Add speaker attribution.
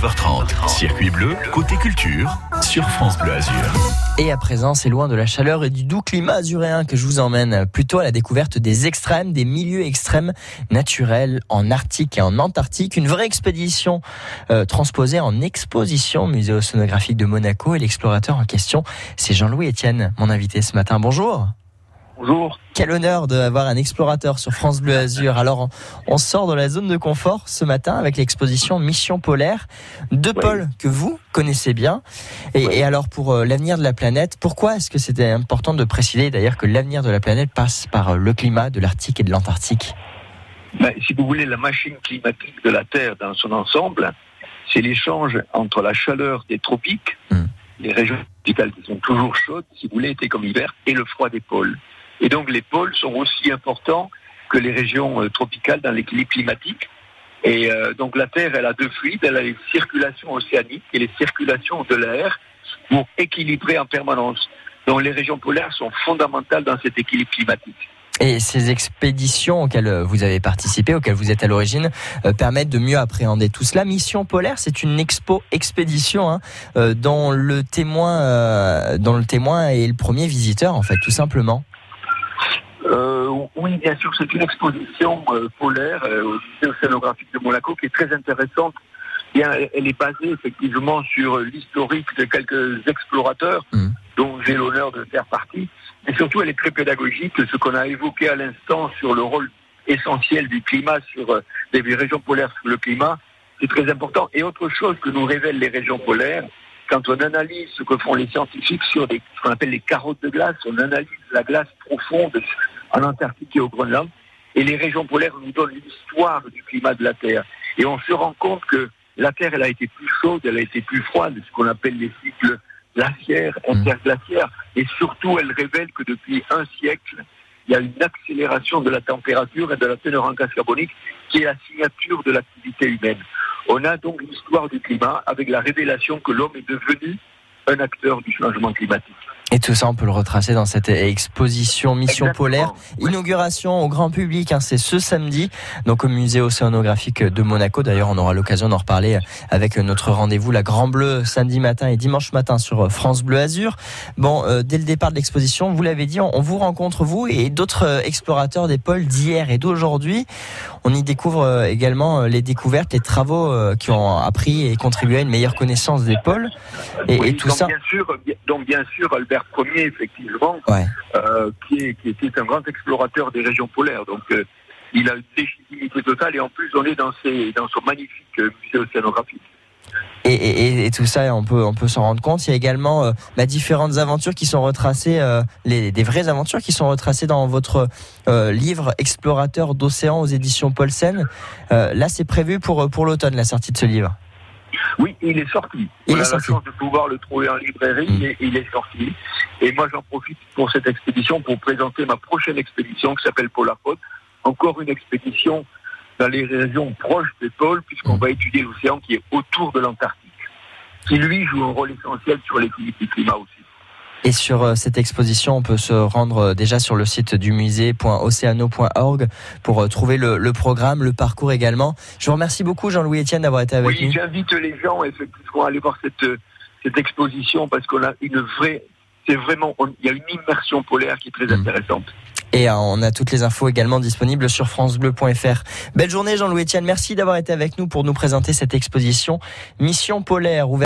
Speaker 1: 9h30. Circuit bleu, côté culture, sur France Bleu Azur.
Speaker 2: Et à présent, c'est loin de la chaleur et du doux climat azuréen que je vous emmène plutôt à la découverte des extrêmes, des milieux extrêmes naturels en Arctique et en Antarctique. Une vraie expédition transposée en exposition au musée océanographique de Monaco. Et l'explorateur en question, c'est Jean-Louis Etienne, mon invité ce matin. Bonjour.
Speaker 3: Bonjour.
Speaker 2: Quel honneur d'avoir un explorateur sur France Bleu Azur. Alors, on sort de la zone de confort ce matin avec l'exposition Mission Polaire, deux pôles que vous connaissez bien. Et alors, pour l'avenir de la planète, pourquoi est-ce que c'était important de préciser d'ailleurs que l'avenir de la planète passe par le climat de l'Arctique et de l'Antarctique ?
Speaker 3: Si vous voulez, la machine climatique de la Terre dans son ensemble, c'est l'échange entre la chaleur des tropiques, les régions tropicales qui sont toujours chaudes, si vous voulez, été comme hiver, et le froid des pôles. Et donc les pôles sont aussi importants que les régions tropicales dans l'équilibre climatique. Et donc la Terre, elle a deux fluides, elle a les circulations océaniques et les circulations de l'air pour équilibrer en permanence. Donc les régions polaires sont fondamentales dans cet équilibre climatique.
Speaker 2: Et ces expéditions auxquelles vous avez participé, auxquelles vous êtes à l'origine, permettent de mieux appréhender tout cela. Mission Polaire, c'est une expédition dont le témoin est le premier visiteur, en fait, tout simplement.
Speaker 3: Oui, bien sûr, c'est une exposition polaire au musée océanographique de Monaco qui est très intéressante. Elle est basée effectivement sur l'historique de quelques explorateurs dont j'ai l'honneur de faire partie. Et surtout, elle est très pédagogique. Ce qu'on a évoqué à l'instant sur le rôle essentiel du climat, sur des régions polaires sur le climat, c'est très important. Et autre chose que nous révèlent les régions polaires, quand on analyse ce que font les scientifiques sur ce qu'on appelle les carottes de glace, on analyse la glace profonde en Antarctique et au Groenland, et les régions polaires nous donnent l'histoire du climat de la Terre. Et on se rend compte que la Terre, elle a été plus chaude, elle a été plus froide, ce qu'on appelle les cycles glaciaires, interglaciaires, et surtout, elle révèle que depuis un siècle, il y a une accélération de la température et de la teneur en gaz carbonique qui est la signature de l'activité humaine. On a donc l'histoire du climat avec la révélation que l'homme est devenu un acteur du changement climatique.
Speaker 2: Et tout ça, on peut le retracer dans cette exposition Mission
Speaker 3: Exactement.
Speaker 2: Polaire. Inauguration au grand public, c'est ce samedi, donc au musée océanographique de Monaco. D'ailleurs, on aura l'occasion d'en reparler avec notre rendez-vous, la Grand Bleu, samedi matin et dimanche matin sur France Bleu Azur. Bon, dès le départ de l'exposition, vous l'avez dit, on vous rencontre, vous et d'autres explorateurs des pôles d'hier et d'aujourd'hui. On y découvre également les découvertes, les travaux qui ont appris et contribué à une meilleure connaissance des pôles. Et tout ça.
Speaker 3: Donc bien sûr, Albert Ier, effectivement, qui était un grand explorateur des régions polaires. Donc il a une légitimité totale et en plus on est dans son magnifique musée océanographique.
Speaker 2: Et tout ça, on peut s'en rendre compte. Il y a également différentes aventures qui sont retracées, des vraies aventures qui sont retracées dans votre livre Explorateur d'océan aux éditions Paulsen. Là, c'est prévu pour l'automne, la sortie de ce livre.
Speaker 3: Oui, il est sorti. On a la chance de pouvoir le trouver en librairie et il est sorti. Et moi, j'en profite pour cette expédition pour présenter ma prochaine expédition qui s'appelle Polarpod. Encore une expédition dans les régions proches des pôles, puisqu'on va étudier l'océan qui est autour de l'Antarctique, qui lui joue un rôle essentiel sur l'équilibre du climat aussi.
Speaker 2: Et sur cette exposition, on peut se rendre déjà sur le site du musée.oceano.org pour trouver le programme, le parcours également. Je vous remercie beaucoup, Jean-Louis Etienne, d'avoir été avec nous.
Speaker 3: Oui, j'invite les gens effectivement à aller voir cette exposition parce qu'on a il y a une immersion polaire qui est très intéressante.
Speaker 2: Et on a toutes les infos également disponibles sur francebleu.fr. Belle journée, Jean-Louis Etienne. Merci d'avoir été avec nous pour nous présenter cette exposition Mission Polaire.